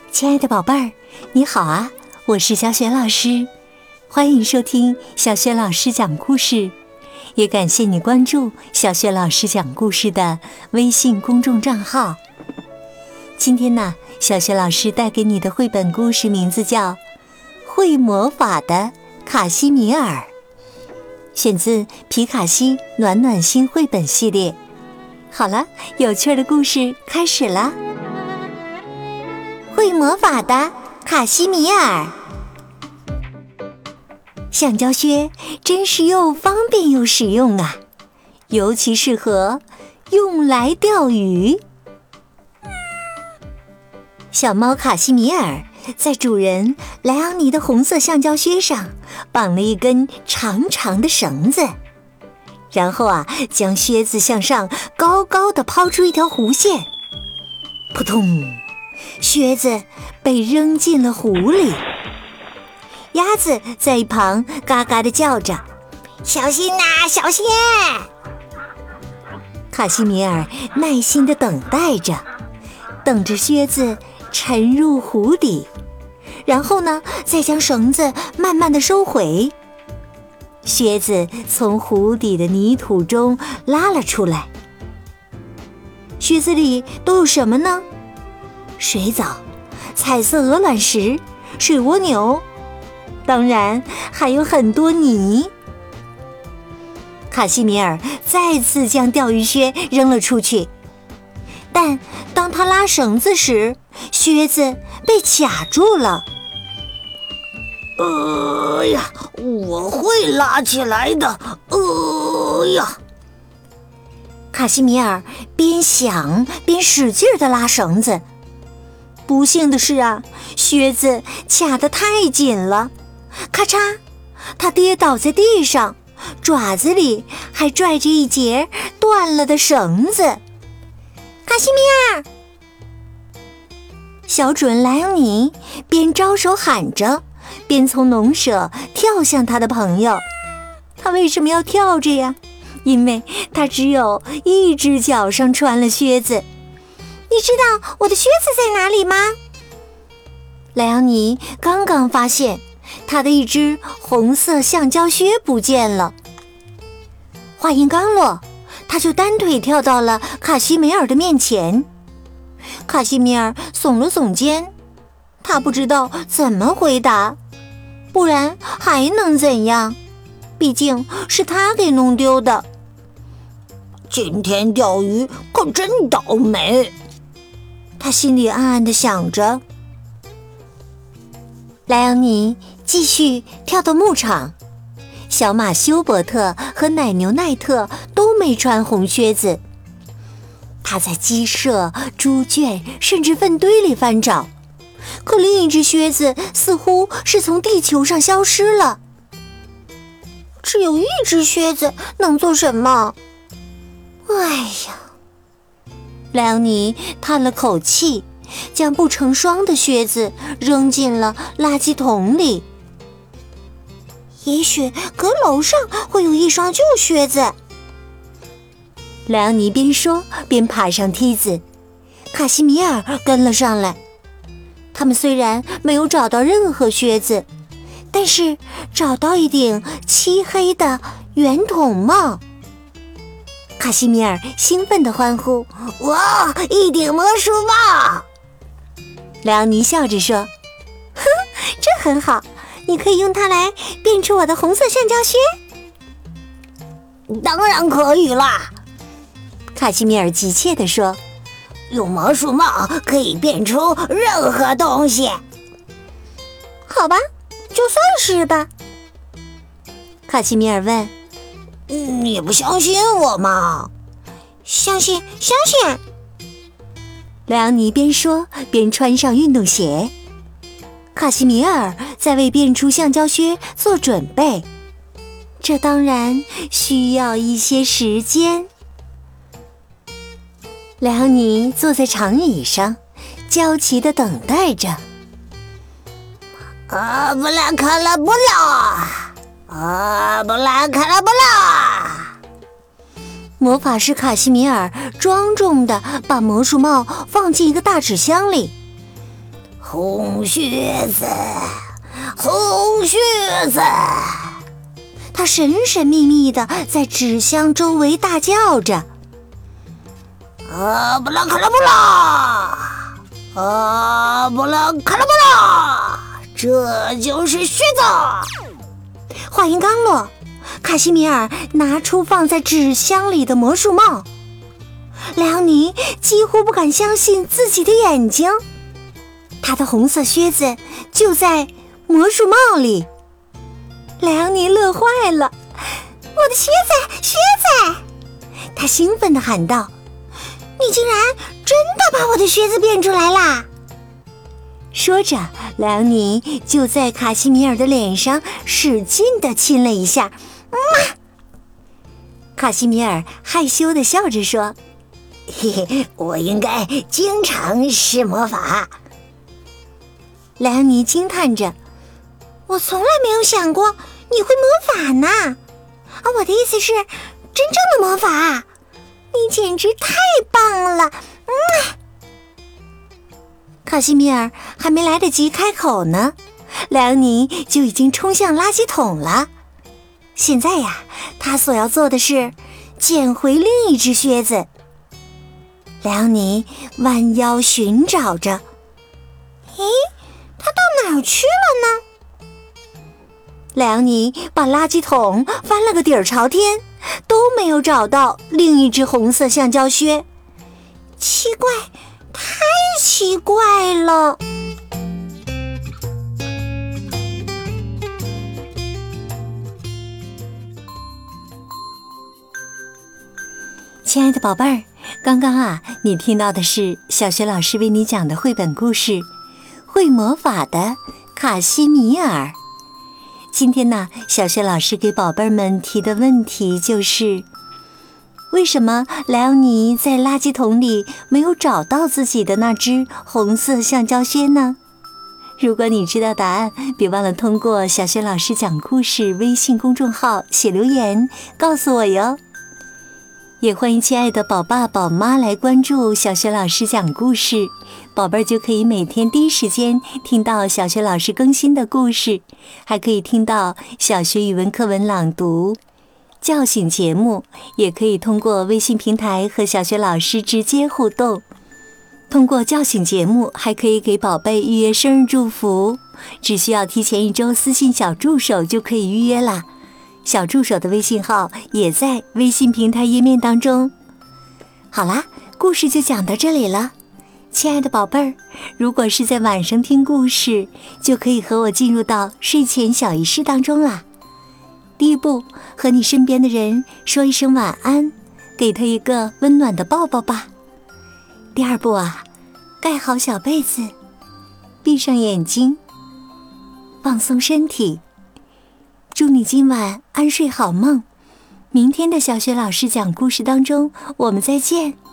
亲爱的宝贝儿，你好啊！我是小雪老师，欢迎收听小雪老师讲故事，也感谢你关注小雪老师讲故事的微信公众账号。今天呢，小雪老师带给你的绘本故事名字叫《会魔法的卡西米尔》，选自皮卡西暖暖心绘本系列。好了，有趣的故事开始了。会魔法的卡西米尔，橡胶靴真是又方便又实用啊，尤其适合用来钓鱼。小猫卡西米尔在主人莱昂尼的红色橡胶靴上绑了一根长长的绳子，然后将靴子向上高高地抛出一条弧线，扑通，靴子被扔进了湖里。鸭子在一旁嘎嘎地叫着：“小心呐，小心！”卡西米尔耐心地等待着，等着靴子沉入湖底，然后呢，再将绳子慢慢地收回。靴子从湖底的泥土中拉了出来。靴子里都有什么呢？水藻、彩色鹅卵石、水蜗牛，当然还有很多泥。卡西米尔再次将钓鱼靴扔了出去，但当他拉绳子时，靴子被卡住了。 我会拉起来的。 卡西米尔边想边使劲地拉绳子。不幸的是靴子卡得太紧了，咔嚓，他跌倒在地上，爪子里还拽着一截断了的绳子。卡西米尔！小主人莱昂尼边招手喊着，边从农舍跳向他的朋友。他为什么要跳着呀？因为他只有一只脚上穿了靴子。你知道我的靴子在哪里吗？莱昂尼刚刚发现他的一只红色橡胶靴不见了。话音刚落，他就单腿跳到了卡西米尔的面前。卡西米尔耸了耸肩，他不知道怎么回答，不然还能怎样？毕竟是他给弄丢的。 今天钓鱼可真倒霉， 他心里暗暗地想着。莱昂尼继续跳到牧场，小马休伯特和奶牛奈特都没穿红靴子。他在鸡舍、猪圈甚至粪堆里翻找，可另一只靴子似乎是从地球上消失了。只有一只靴子能做什么？哎呀！莱昂尼叹了口气，将不成双的靴子扔进了垃圾桶里。也许阁楼上会有一双旧靴子。莱昂尼边说边爬上梯子，卡西米尔跟了上来。他们虽然没有找到任何靴子，但是找到一顶漆黑的圆筒帽。卡西米尔兴奋地欢呼：“ 哇，一顶魔术帽！” 莱昂尼笑着说：“哼，这很好，你可以用它来变出我的红色橡胶靴。” 当然可以啦！ 卡西米尔急切地说：“ 用魔术帽可以变出任何东西。” 好吧，就算是吧。卡西米尔问：“ 你不相信我吗？”“ 相信，相信。”莱昂尼边说边穿上运动鞋。卡西米尔在为变出橡胶靴做准备，这当然需要一些时间。莱昂尼坐在长椅上，焦急地等待着。 布拉卡拉布拉，布拉卡拉布拉！ 魔法师卡西米尔庄重地把魔术帽放进一个大纸箱里， 红靴子，红靴子。 他神神秘秘地在纸箱周围大叫着： 不啦卡拉布拉，不啦卡拉布拉，这就是靴子。 话音刚落，卡西米尔拿出放在纸箱里的魔术帽。莱昂尼几乎不敢相信自己的眼睛，他的红色靴子就在魔术帽里。莱昂尼乐坏了，我的靴子，靴子！他兴奋地喊道：你竟然真的把我的靴子变出来啦！说着，莱昂尼就在卡西米尔的脸上使劲地亲了一下。卡西米尔害羞地笑着说： 嘿嘿，我应该经常施魔法。 莱昂尼惊叹着：我从来没有想过你会魔法呢！我的意思是，真正的魔法！你简直太棒了！卡西米尔还没来得及开口呢，莱昂尼就已经冲向垃圾桶了。现在呀，他所要做的是捡回另一只靴子。莱昂尼弯腰寻找着，他到哪儿去了呢？莱昂尼把垃圾桶翻了个底儿朝天，都没有找到另一只红色橡胶靴。奇怪，太奇怪了！亲爱的宝贝儿，刚刚你听到的是小学老师为你讲的绘本故事《会魔法的卡西米尔》。今天呢，小学老师给宝贝们提的问题就是：为什么莱昂尼在垃圾桶里没有找到自己的那只红色橡胶靴呢？如果你知道答案，别忘了通过小学老师讲故事微信公众号写留言告诉我哟。也欢迎亲爱的宝爸宝妈来关注小学老师讲故事，宝贝儿就可以每天第一时间听到小学老师更新的故事，还可以听到小学语文课文朗读、叫醒节目，也可以通过微信平台和小学老师直接互动。通过叫醒节目，还可以给宝贝预约生日祝福，只需要提前1周私信小助手就可以预约啦。小助手的微信号也在微信平台页面当中。好啦，故事就讲到这里了。亲爱的宝贝儿，如果是在晚上听故事，就可以和我进入到睡前小仪式当中啦。第一步，和你身边的人说一声晚安，给他一个温暖的抱抱吧。第二步盖好小被子，闭上眼睛，放松身体。祝你今晚安睡好梦，明天的小学老师讲故事当中，我们再见。